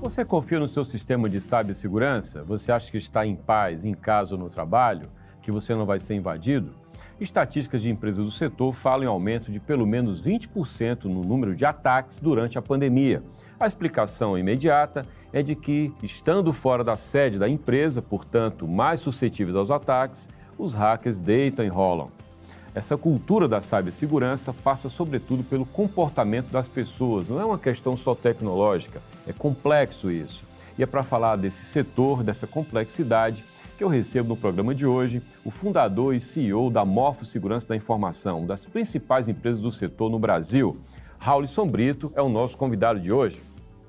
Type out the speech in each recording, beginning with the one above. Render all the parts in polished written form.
Você confia no seu sistema de cibersegurança? Você acha que está em paz, em casa ou no trabalho? Que você não vai ser invadido? Estatísticas de empresas do setor falam em aumento de pelo menos 20% no número de ataques durante a pandemia. A explicação imediata é de que, estando fora da sede da empresa, portanto mais suscetíveis aos ataques, os hackers deitam e rolam. Essa cultura da cibersegurança passa sobretudo pelo comportamento das pessoas, não é uma questão só tecnológica, é complexo isso. E é para falar desse setor, dessa complexidade, que eu recebo no programa de hoje o fundador e CEO da Morpho Segurança da Informação, uma das principais empresas do setor no Brasil. Raulisson Brito é o nosso convidado de hoje.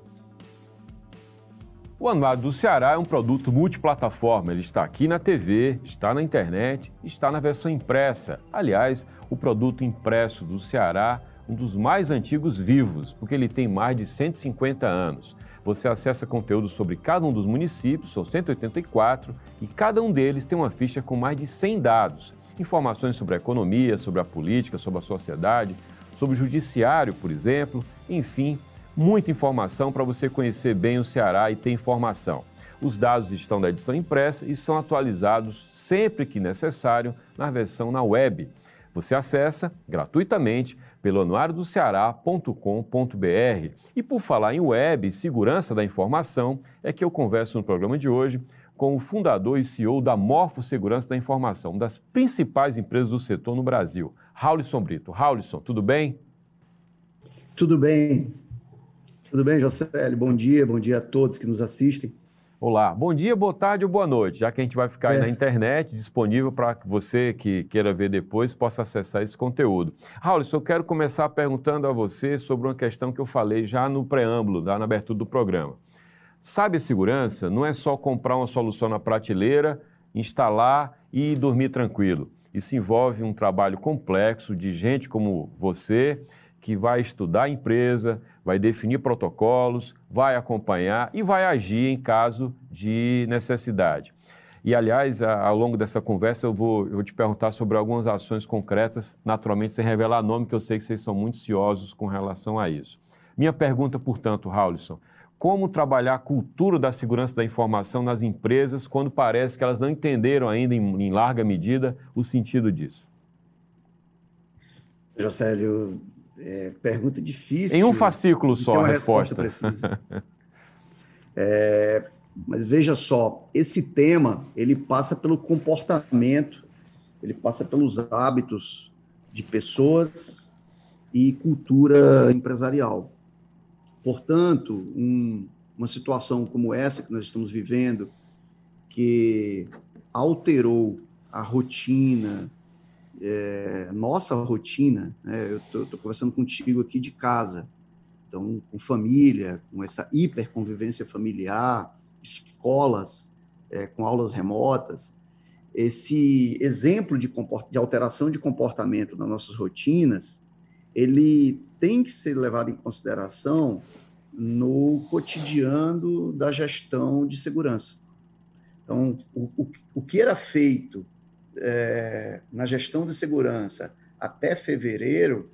O Anuário do Ceará é um produto multiplataforma, ele está aqui na TV, está na internet, está na versão impressa. Aliás, o produto impresso do Ceará, um dos mais antigos vivos, porque ele tem mais de 150 anos. Você acessa conteúdo sobre cada um dos municípios, são 184, e cada um deles tem uma ficha com mais de 100 dados. Informações sobre a economia, sobre a política, sobre a sociedade, sobre o judiciário, por exemplo, enfim, muita informação para você conhecer bem o Ceará e ter informação. Os dados estão na edição impressa e são atualizados sempre que necessário na versão na web. Você acessa gratuitamente pelo anuariodoceara.com.br. E por falar em web e segurança da informação, é que eu converso no programa de hoje com o fundador e CEO da Morpho Segurança da Informação, uma das principais empresas do setor no Brasil, Raulisson Brito. Raulisson, tudo bem? Tudo bem. Tudo bem, Josélio? Bom dia a todos que nos assistem. Olá, bom dia, boa tarde ou boa noite, já que a gente vai ficar aí na internet, disponível para que você que queira ver depois possa acessar esse conteúdo. Raulisson, eu quero começar perguntando a você sobre uma questão que eu falei já no preâmbulo, na abertura do programa. Cibersegurança não é só comprar uma solução na prateleira, instalar e dormir tranquilo. Isso envolve um trabalho complexo de gente como você, que vai estudar a empresa, vai definir protocolos, vai acompanhar e vai agir em caso de necessidade. E, aliás, ao longo dessa conversa eu vou te perguntar sobre algumas ações concretas, naturalmente sem revelar nome, que eu sei que vocês são muito ciosos com relação a isso. Minha pergunta, portanto, Raulisson, como trabalhar a cultura da segurança da informação nas empresas quando parece que elas não entenderam ainda, em larga medida, o sentido disso? Josélio, pergunta difícil. Em um fascículo só a resposta. Precisa. Mas veja só, esse tema, ele passa pelo comportamento, ele passa pelos hábitos de pessoas e cultura empresarial. Portanto, uma situação como essa que nós estamos vivendo, que alterou a rotina, nossa rotina, né? Eu estou conversando contigo aqui de casa, então com família, com essa hiperconvivência familiar, escolas com aulas remotas, esse exemplo de alteração de comportamento nas nossas rotinas, ele tem que ser levado em consideração no cotidiano da gestão de segurança. Então, o que era feito na gestão de segurança até fevereiro,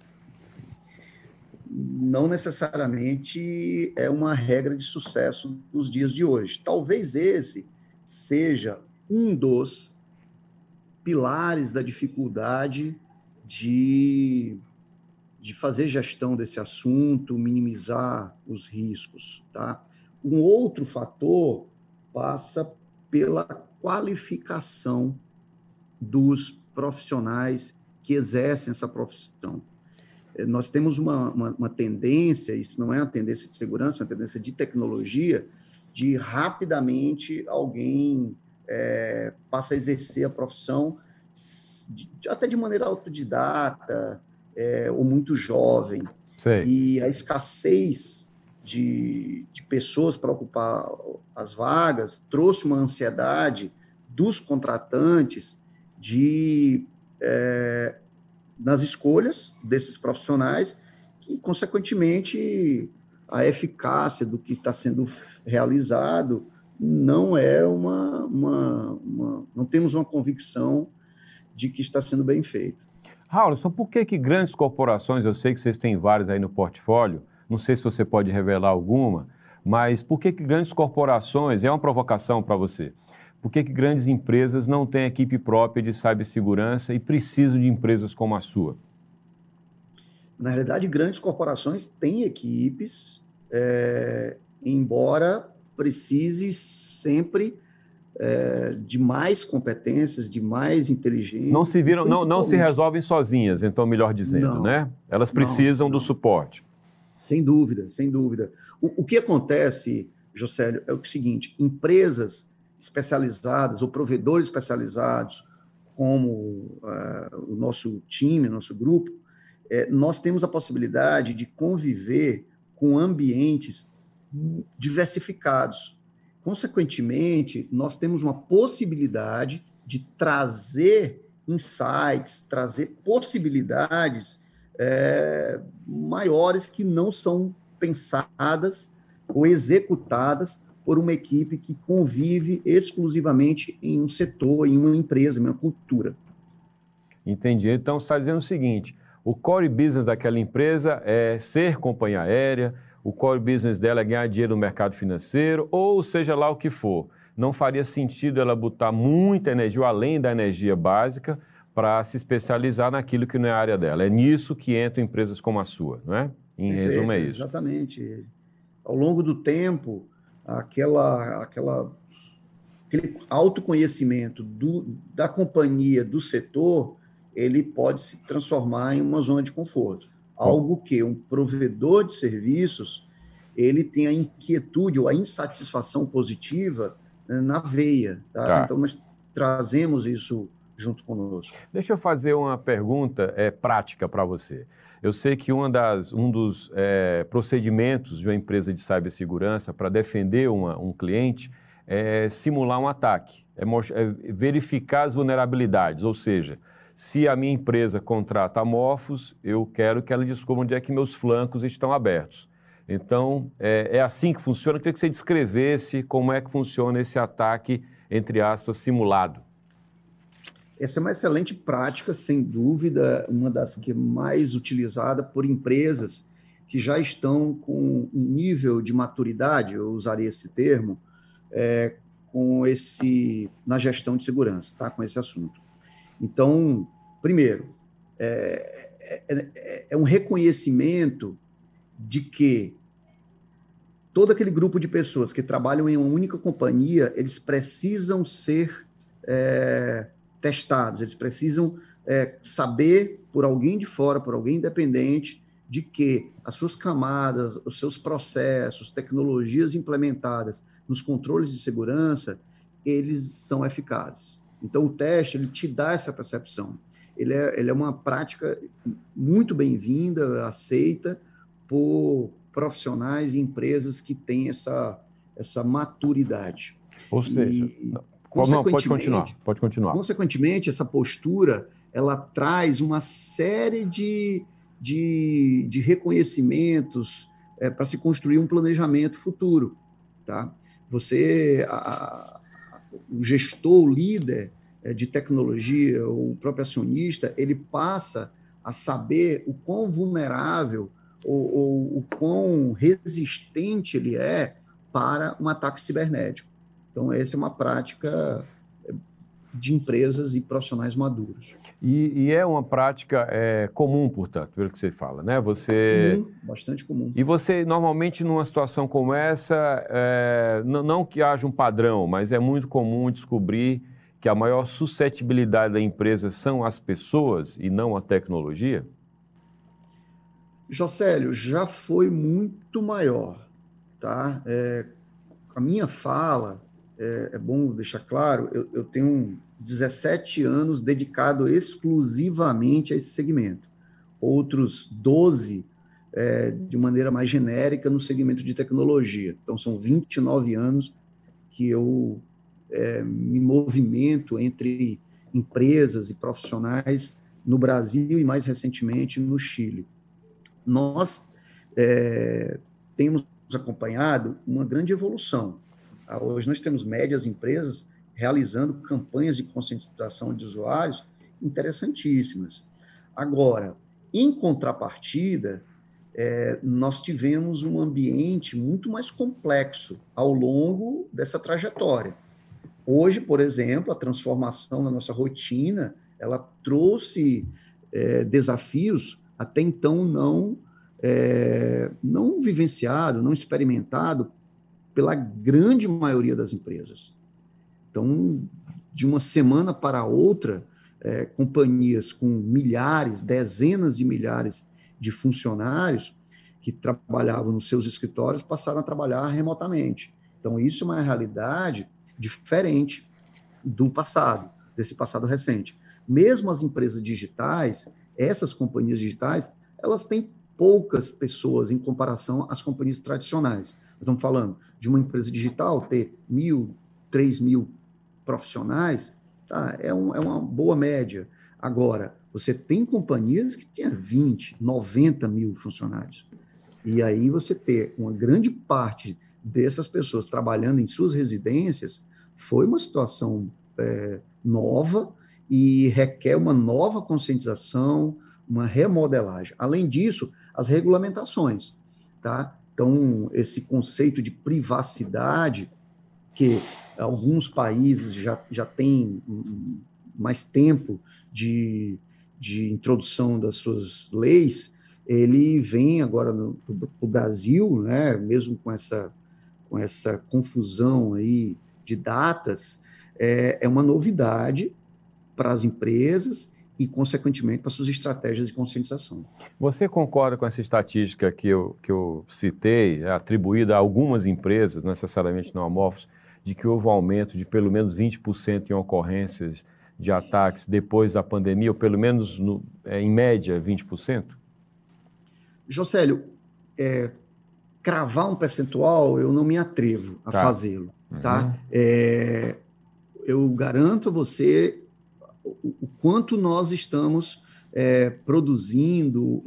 não necessariamente é uma regra de sucesso nos dias de hoje. Talvez esse seja um dos pilares da dificuldade de fazer gestão desse assunto, minimizar os riscos, tá? Um outro fator passa pela qualificação dos profissionais que exercem essa profissão. Nós temos uma tendência, isso não é uma tendência de segurança, é uma tendência de tecnologia, de rapidamente alguém passa a exercer a profissão até de maneira autodidata ou muito jovem. Sei. E a escassez de pessoas para ocupar as vagas trouxe uma ansiedade dos contratantes nas escolhas desses profissionais, que, consequentemente, a eficácia do que está sendo realizado não é não temos uma convicção de que está sendo bem feito. Raulisson, por que grandes corporações, eu sei que vocês têm várias aí no portfólio, não sei se você pode revelar alguma, Mas por que grandes corporações, é uma provocação para você, por que grandes empresas não têm equipe própria de cibersegurança e precisam de empresas como a sua? Na realidade, grandes corporações têm equipes, embora precise sempre de mais competências, de mais inteligência. Não se resolvem sozinhas, então, melhor dizendo, não, né? Elas precisam do suporte. Sem dúvida, sem dúvida. O que acontece, Josélio, é o seguinte: empresas especializadas ou provedores especializados, como o nosso time, nosso grupo, nós temos a possibilidade de conviver com ambientes diversificados. Consequentemente, nós temos uma possibilidade de trazer insights, trazer possibilidades maiores que não são pensadas ou executadas por uma equipe que convive exclusivamente em um setor, em uma empresa, em uma cultura. Entendi. Então, você está dizendo o seguinte: o core business daquela empresa é ser companhia aérea, o core business dela é ganhar dinheiro no mercado financeiro, ou seja lá o que for. Não faria sentido ela botar muita energia, ou além da energia básica, para se especializar naquilo que não é a área dela. É nisso que entram empresas como a sua, não é? Em resumo, é isso. Exatamente. Ao longo do tempo, aquele autoconhecimento da companhia, do setor, ele pode se transformar em uma zona de conforto. Algo que um provedor de serviços, ele tem a inquietude ou a insatisfação positiva na veia. Tá? Então, nós trazemos isso junto conosco. Deixa eu fazer uma pergunta prática para você. Eu sei que um dos procedimentos de uma empresa de cibersegurança para defender um cliente é simular um ataque, é verificar as vulnerabilidades, ou seja, se a minha empresa contrata a Morphos, eu quero que ela descubra onde é que meus flancos estão abertos. Então, é assim que funciona. Eu queria que você descrevesse como é que funciona esse ataque, entre aspas, simulado. Essa é uma excelente prática, sem dúvida, uma das que é mais utilizada por empresas que já estão com um nível de maturidade, eu usaria esse termo, na gestão de segurança, tá? Com esse assunto. Então, primeiro, é um reconhecimento de que todo aquele grupo de pessoas que trabalham em uma única companhia, eles precisam ser testados, eles precisam saber por alguém de fora, por alguém independente, de que as suas camadas, os seus processos, tecnologias implementadas nos controles de segurança, eles são eficazes. Então, o teste, ele te dá essa percepção. Ele é uma prática muito bem-vinda, aceita por profissionais e empresas que têm essa maturidade. Ou seja... Não, pode continuar. Consequentemente, essa postura, ela traz uma série de reconhecimentos para se construir um planejamento futuro. Tá? O gestor, o líder de tecnologia, o próprio acionista, ele passa a saber o quão vulnerável ou o quão resistente ele é para um ataque cibernético. Então, essa é uma prática de empresas e profissionais maduros. E é uma prática comum, portanto, pelo que você fala, né? Bastante comum. E você, normalmente, numa situação como essa, não que haja um padrão, mas é muito comum descobrir que a maior suscetibilidade da empresa são as pessoas e não a tecnologia? Josélio, já foi muito maior, tá? A minha fala... É bom deixar claro, eu tenho 17 anos dedicado exclusivamente a esse segmento. Outros 12, de maneira mais genérica, no segmento de tecnologia. Então, são 29 anos que eu me movimento entre empresas e profissionais no Brasil e, mais recentemente, no Chile. Nós temos acompanhado uma grande evolução. Hoje nós temos médias empresas realizando campanhas de conscientização de usuários interessantíssimas. Agora, em contrapartida, nós tivemos um ambiente muito mais complexo ao longo dessa trajetória. Hoje, por exemplo, a transformação na nossa rotina, ela trouxe desafios até então não vivenciado, não experimentado pela grande maioria das empresas. Então, de uma semana para outra, companhias com milhares, dezenas de milhares de funcionários que trabalhavam nos seus escritórios passaram a trabalhar remotamente. Então, isso é uma realidade diferente do passado, desse passado recente. Mesmo as empresas digitais, essas companhias digitais, elas têm poucas pessoas em comparação às companhias tradicionais. Nós estamos falando de uma empresa digital ter 1.000, 3.000 profissionais, tá? É uma boa média. Agora, você tem companhias que tinham 20, 90 mil funcionários. E aí você ter uma grande parte dessas pessoas trabalhando em suas residências foi uma situação nova e requer uma nova conscientização, uma remodelagem. Além disso, as regulamentações, tá? Então, esse conceito de privacidade, que alguns países já têm mais tempo de introdução das suas leis, ele vem agora para o Brasil, né, mesmo com essa confusão aí de datas, é uma novidade para as empresas e, consequentemente, para suas estratégias de conscientização. Você concorda com essa estatística que eu citei, atribuída a algumas empresas, não necessariamente não amorfos, de que houve um aumento de pelo menos 20% em ocorrências de ataques depois da pandemia, ou pelo menos, em média, 20%? Jocélio, cravar um percentual, eu não me atrevo a fazê-lo. Tá? Eu garanto a você o quanto nós estamos produzindo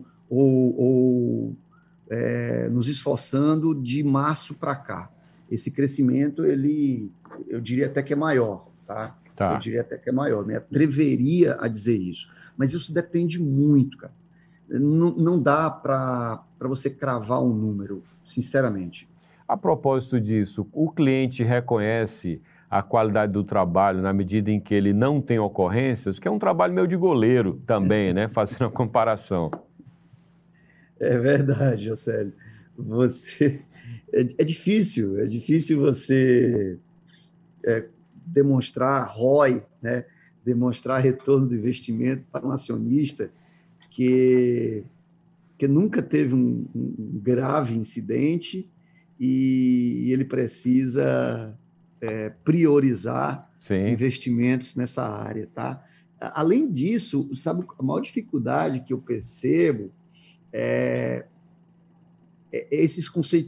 ou nos esforçando de março para cá. Esse crescimento, eu diria até que é maior, tá? Eu diria até que é maior, me atreveria a dizer isso. Mas isso depende muito, cara. Não dá para você cravar um número, sinceramente. A propósito disso, o cliente reconhece a qualidade do trabalho na medida em que ele não tem ocorrências, que é um trabalho meio de goleiro também, né? Fazendo a comparação. É verdade, Jocélio. É difícil você demonstrar ROI, né? Demonstrar retorno do investimento para um acionista que nunca teve um grave incidente e ele precisa priorizar investimentos nessa área, tá? Além disso, sabe, a maior dificuldade que eu percebo é esses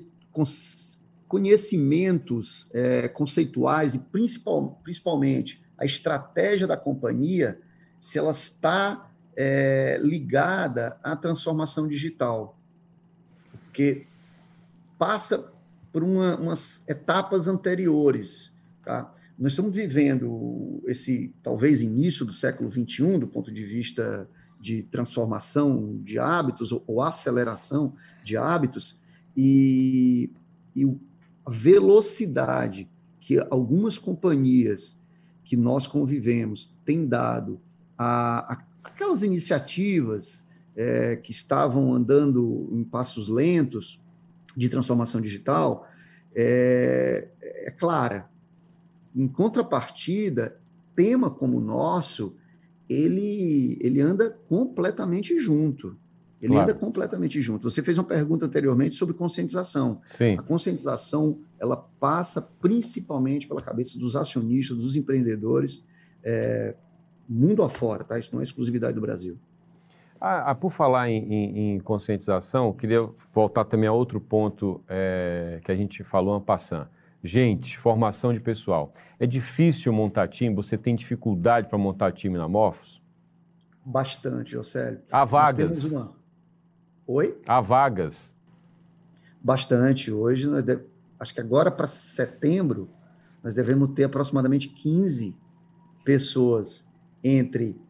conhecimentos conceituais e principalmente a estratégia da companhia, se ela está ligada à transformação digital, porque passa por umas etapas anteriores, tá? Nós estamos vivendo esse, talvez, início do século XXI, do ponto de vista de transformação de hábitos ou aceleração de hábitos, e a velocidade que algumas companhias que nós convivemos têm dado aquelas iniciativas que estavam andando em passos lentos de transformação digital, é clara. Em contrapartida, tema como o nosso, ele anda completamente junto. Anda completamente junto. Você fez uma pergunta anteriormente sobre conscientização. Sim. A conscientização, ela passa principalmente pela cabeça dos acionistas, dos empreendedores, mundo afora, tá? Isso não é exclusividade do Brasil. Por falar em conscientização, queria voltar também a outro ponto que a gente falou en passant. Gente, formação de pessoal. É difícil montar time? Você tem dificuldade para montar time na Morphos? Bastante, Jocélio. Há vagas? Nós temos Oi? Há vagas? Bastante. Hoje, acho que agora para setembro, nós devemos ter aproximadamente 15 pessoas entre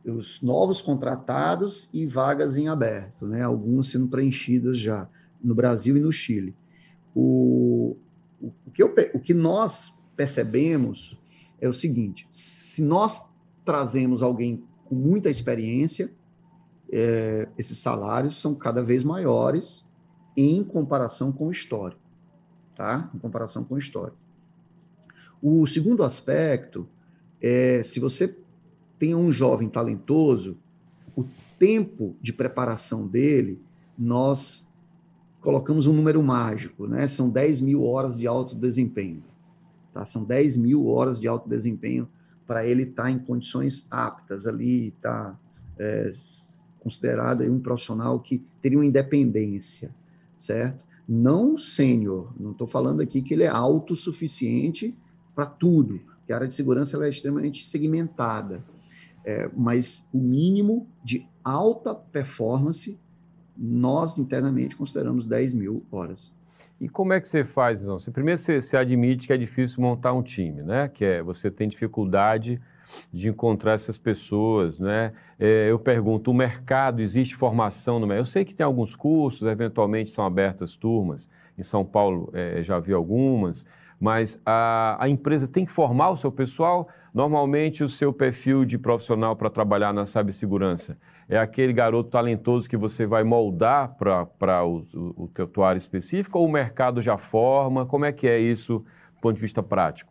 os novos contratados e vagas em aberto, né? Algumas sendo preenchidas já no Brasil e no Chile. O que nós percebemos é o seguinte: se nós trazemos alguém com muita experiência, esses salários são cada vez maiores em comparação com o histórico, tá? Em comparação com o histórico. O segundo aspecto é, se você tem um jovem talentoso, o tempo de preparação dele, nós colocamos um número mágico, né? São 10 mil horas de alto desempenho. Tá? São 10 mil horas de alto desempenho para ele estar em condições aptas ali, tá considerado um profissional que teria uma independência, certo? Não sênior, não estou falando aqui que ele é autossuficiente para tudo, porque a área de segurança ela é extremamente segmentada, mas o mínimo de alta performance, nós internamente consideramos 10 mil horas. E como é que você faz, então? Primeiro você admite que é difícil montar um time, né? Que você tem dificuldade de encontrar essas pessoas, né? Eu pergunto, o mercado, existe formação no mercado? Eu sei que tem alguns cursos, eventualmente são abertas turmas, em São Paulo já vi algumas, mas a empresa tem que formar o seu pessoal? Normalmente o seu perfil de profissional para trabalhar na cibersegurança é aquele garoto talentoso que você vai moldar para o teu área específica, ou o mercado já forma? Como é que é isso do ponto de vista prático?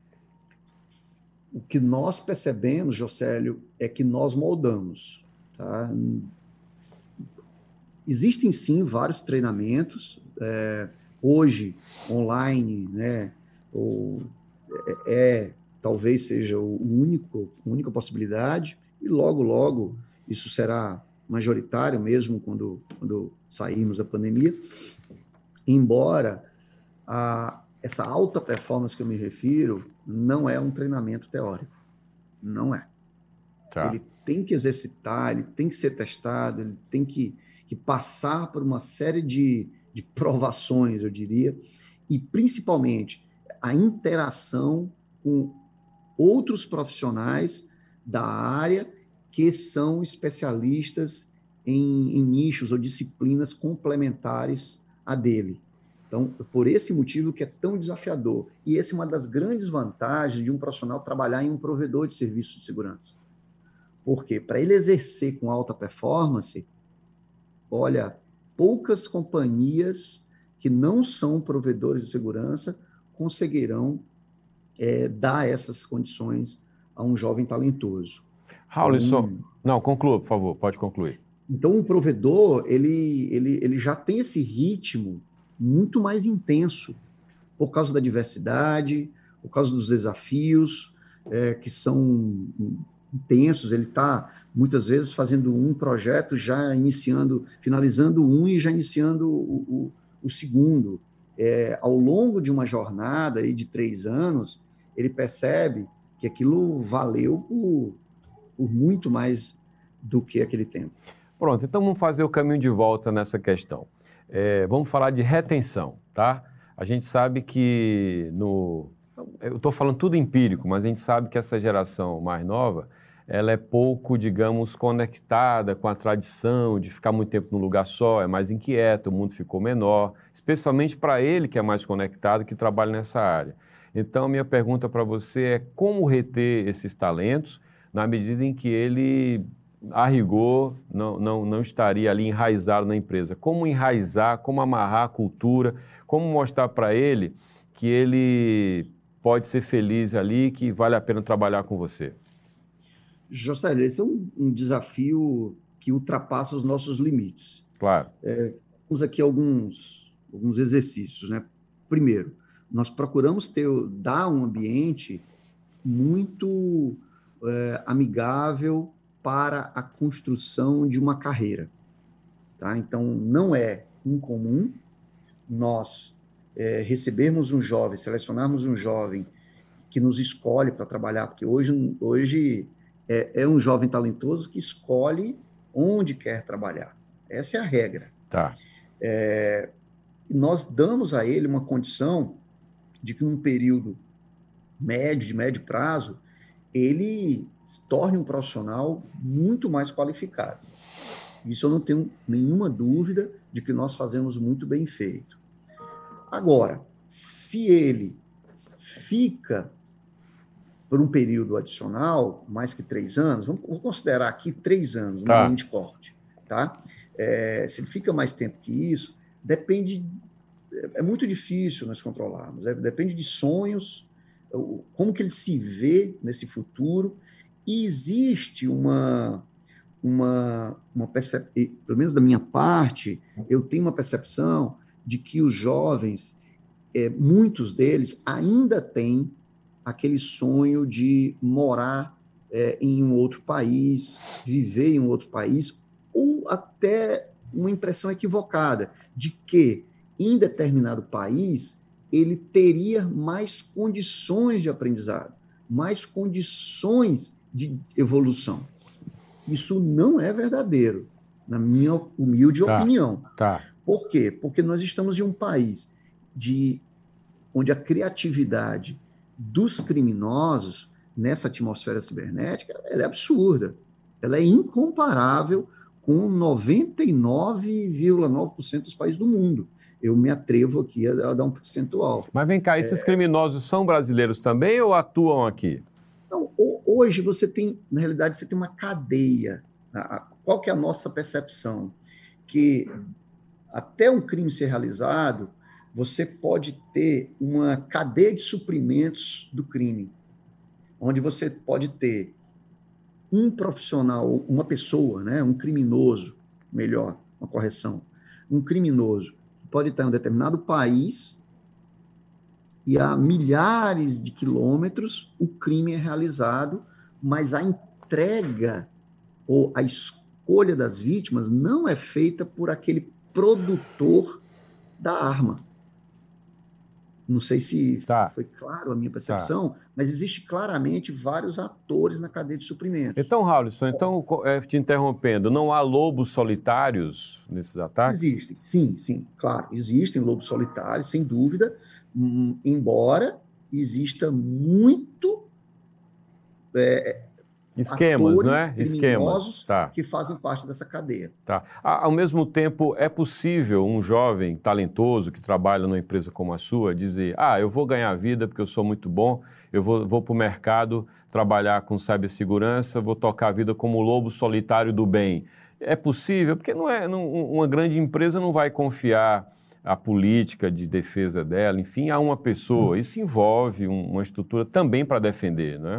O que nós percebemos, Jocélio, é que nós moldamos. Tá? Existem, sim, vários treinamentos, hoje, online, né? Talvez seja a única possibilidade, e logo, logo, isso será majoritário mesmo quando sairmos da pandemia, embora essa alta performance que eu me refiro não é um treinamento teórico. Não é. Tá. Ele tem que exercitar, ele tem que ser testado, ele tem que passar por uma série de provações, eu diria, e principalmente a interação com outros profissionais da área que são especialistas em nichos ou disciplinas complementares a dele. Então, por esse motivo que é tão desafiador. E essa é uma das grandes vantagens de um profissional trabalhar em um provedor de serviços de segurança. Por quê? Para ele exercer com alta performance, olha, poucas companhias que não são provedores de segurança conseguirão dar essas condições a um jovem talentoso. Raulison, não, conclua, por favor, pode concluir. Então, um provedor, ele já tem esse ritmo muito mais intenso, por causa da diversidade, por causa dos desafios que são intensos. Ele está, muitas vezes, fazendo um projeto, já finalizando um e já iniciando o segundo. Ao longo de uma jornada aí de 3 anos, ele percebe que aquilo valeu por muito mais do que aquele tempo. Pronto, então vamos fazer o caminho de volta nessa questão. Vamos falar de retenção, tá? A gente sabe que eu estou falando tudo empírico, mas a gente sabe que essa geração mais nova, ela é pouco, digamos, conectada com a tradição de ficar muito tempo num lugar só, é mais inquieta, o mundo ficou menor, especialmente para ele que é mais conectado, que trabalha nessa área. Então, minha pergunta para você é como reter esses talentos na medida em que ele, a rigor, não estaria ali enraizado na empresa. Como enraizar, como amarrar a cultura, como mostrar para ele que ele pode ser feliz ali, que vale a pena trabalhar com você? Jocélio, esse é um desafio que ultrapassa os nossos limites. Claro. Temos aqui alguns exercícios, né? Primeiro, nós procuramos dar um ambiente muito amigável para a construção de uma carreira. Tá? Então, não é incomum nós recebermos um jovem, selecionarmos um jovem que nos escolhe para trabalhar, porque hoje é um jovem talentoso que escolhe onde quer trabalhar. Essa é a regra. Tá. Nós damos a ele uma condição de que num período de médio prazo, ele se torne um profissional muito mais qualificado. Isso eu não tenho nenhuma dúvida de que nós fazemos muito bem feito. Agora, se ele fica por um período adicional, mais que 3 anos, vou considerar aqui 3 anos, uma linha de corte, tá? Se ele fica mais tempo que isso, depende, é muito difícil nós controlarmos, depende de sonhos, como que ele se vê nesse futuro, e existe uma percepção, pelo menos da minha parte, eu tenho uma percepção de que os jovens, muitos deles ainda têm aquele sonho de morar em um outro país, viver em um outro país, ou até uma impressão equivocada de que em determinado país ele teria mais condições de aprendizado, mais condições de evolução. Isso não é verdadeiro, na minha humilde opinião. Por quê? Porque nós estamos em um país onde a criatividade dos criminosos nessa atmosfera cibernética, ela é absurda. Ela é incomparável com 99,9% dos países do mundo. Eu me atrevo aqui a dar um percentual. Mas vem cá, esses criminosos são brasileiros também ou atuam aqui? Não, hoje você tem, na realidade, você tem uma cadeia. Qual que é a nossa percepção? Que até um crime ser realizado, você pode ter uma cadeia de suprimentos do crime, onde você pode ter um profissional, uma pessoa, né, um criminoso, melhor, uma correção, um criminoso que pode estar em um determinado país e a milhares de quilômetros o crime é realizado, mas a entrega ou a escolha das vítimas não é feita por aquele produtor da arma. Não sei se foi claro a minha percepção, mas existe claramente vários atores na cadeia de suprimentos. Então, Raulison, te interrompendo, não há lobos solitários nesses ataques? Existem, sim, claro. Existem lobos solitários, sem dúvida, embora exista muito esquemas, não é? Esquemas que fazem parte dessa cadeia. Ao mesmo tempo, é possível um jovem talentoso que trabalha numa empresa como a sua dizer, eu vou ganhar vida porque eu sou muito bom, eu vou para o mercado trabalhar com cibersegurança, vou tocar a vida como o lobo solitário do bem. É possível? Porque uma grande empresa não vai confiar a política de defesa dela, enfim, a uma pessoa. Isso envolve uma estrutura também para defender, não é?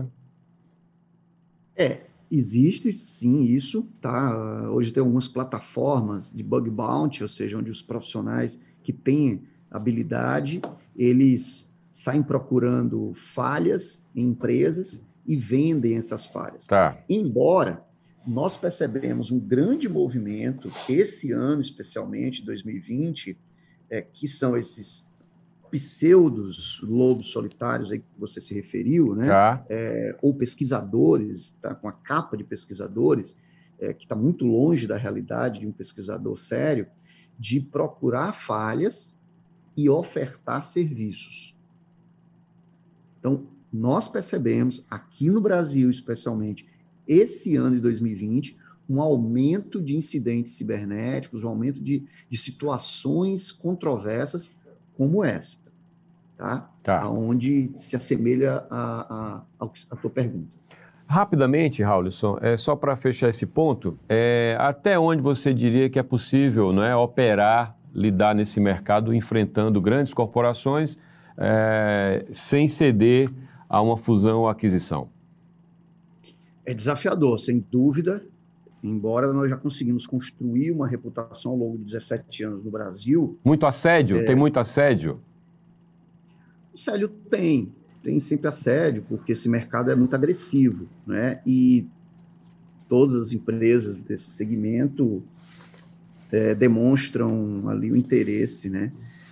Existe sim isso, tá? Hoje tem algumas plataformas de bug bounty, ou seja, onde os profissionais que têm habilidade, eles saem procurando falhas em empresas e vendem essas falhas. Embora nós percebemos um grande movimento, esse ano especialmente, 2020, que são esses pseudos lobos solitários aí que você se referiu, né? Ou pesquisadores, com a capa de pesquisadores, que está muito longe da realidade de um pesquisador sério, de procurar falhas e ofertar serviços. Então, nós percebemos, aqui no Brasil especialmente, esse ano de 2020, um aumento de incidentes cibernéticos, um aumento de situações controversas como essa, tá? Onde se assemelha a tua pergunta. Rapidamente, Raulison, só para fechar esse ponto, até onde você diria que é possível, não é, operar, lidar nesse mercado, enfrentando grandes corporações, sem ceder a uma fusão ou aquisição? É desafiador, sem dúvida. Embora nós já conseguimos construir uma reputação ao longo de 17 anos no Brasil... Muito assédio? Tem muito assédio? Assédio tem sempre assédio, porque esse mercado é muito agressivo, né? E todas as empresas desse segmento demonstram ali o interesse, né?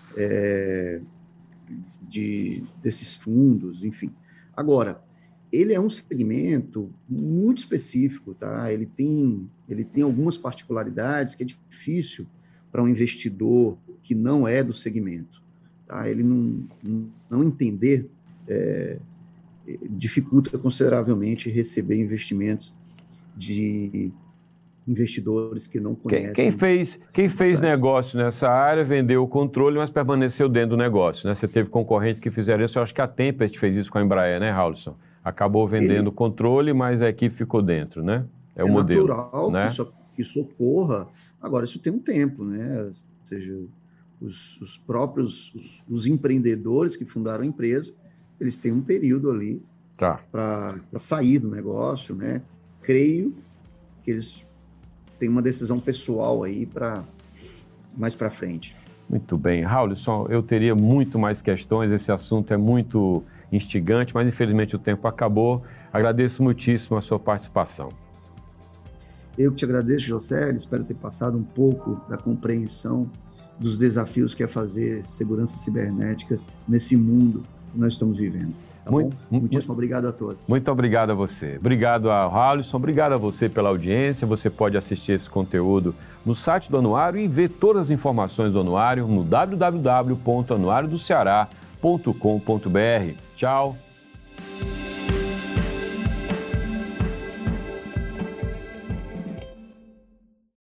Desses fundos, enfim. Agora, ele é um segmento muito específico, tá? Ele tem algumas particularidades que é difícil para um investidor que não é do segmento, tá? Ele não entender dificulta consideravelmente receber investimentos de investidores que não conhecem. Quem fez negócio nessa área vendeu o controle, mas permaneceu dentro do negócio, né? Você teve concorrentes que fizeram isso. Eu acho que a Tempest fez isso com a Embraer, né, Raulson? Acabou vendendo o controle, mas a equipe ficou dentro, né? É o modelo. É natural, né? que isso ocorra. Agora, isso tem um tempo, né? Ou seja, os próprios os empreendedores que fundaram a empresa, eles têm um período ali para sair do negócio, né? Creio que eles têm uma decisão pessoal aí para mais para frente. Muito bem. Raulson, eu teria muito mais questões, esse assunto é muito instigante, mas infelizmente o tempo acabou. Agradeço muitíssimo a sua participação. Eu que te agradeço, José, espero ter passado um pouco da compreensão dos desafios que é fazer segurança cibernética nesse mundo que nós estamos vivendo. Tá bom? Muitíssimo obrigado a todos. Muito obrigado a você. Obrigado a Raulson, obrigado a você pela audiência. Você pode assistir esse conteúdo no site do Anuário e ver todas as informações do Anuário no www.anuariodoceara.com.br. Tchau.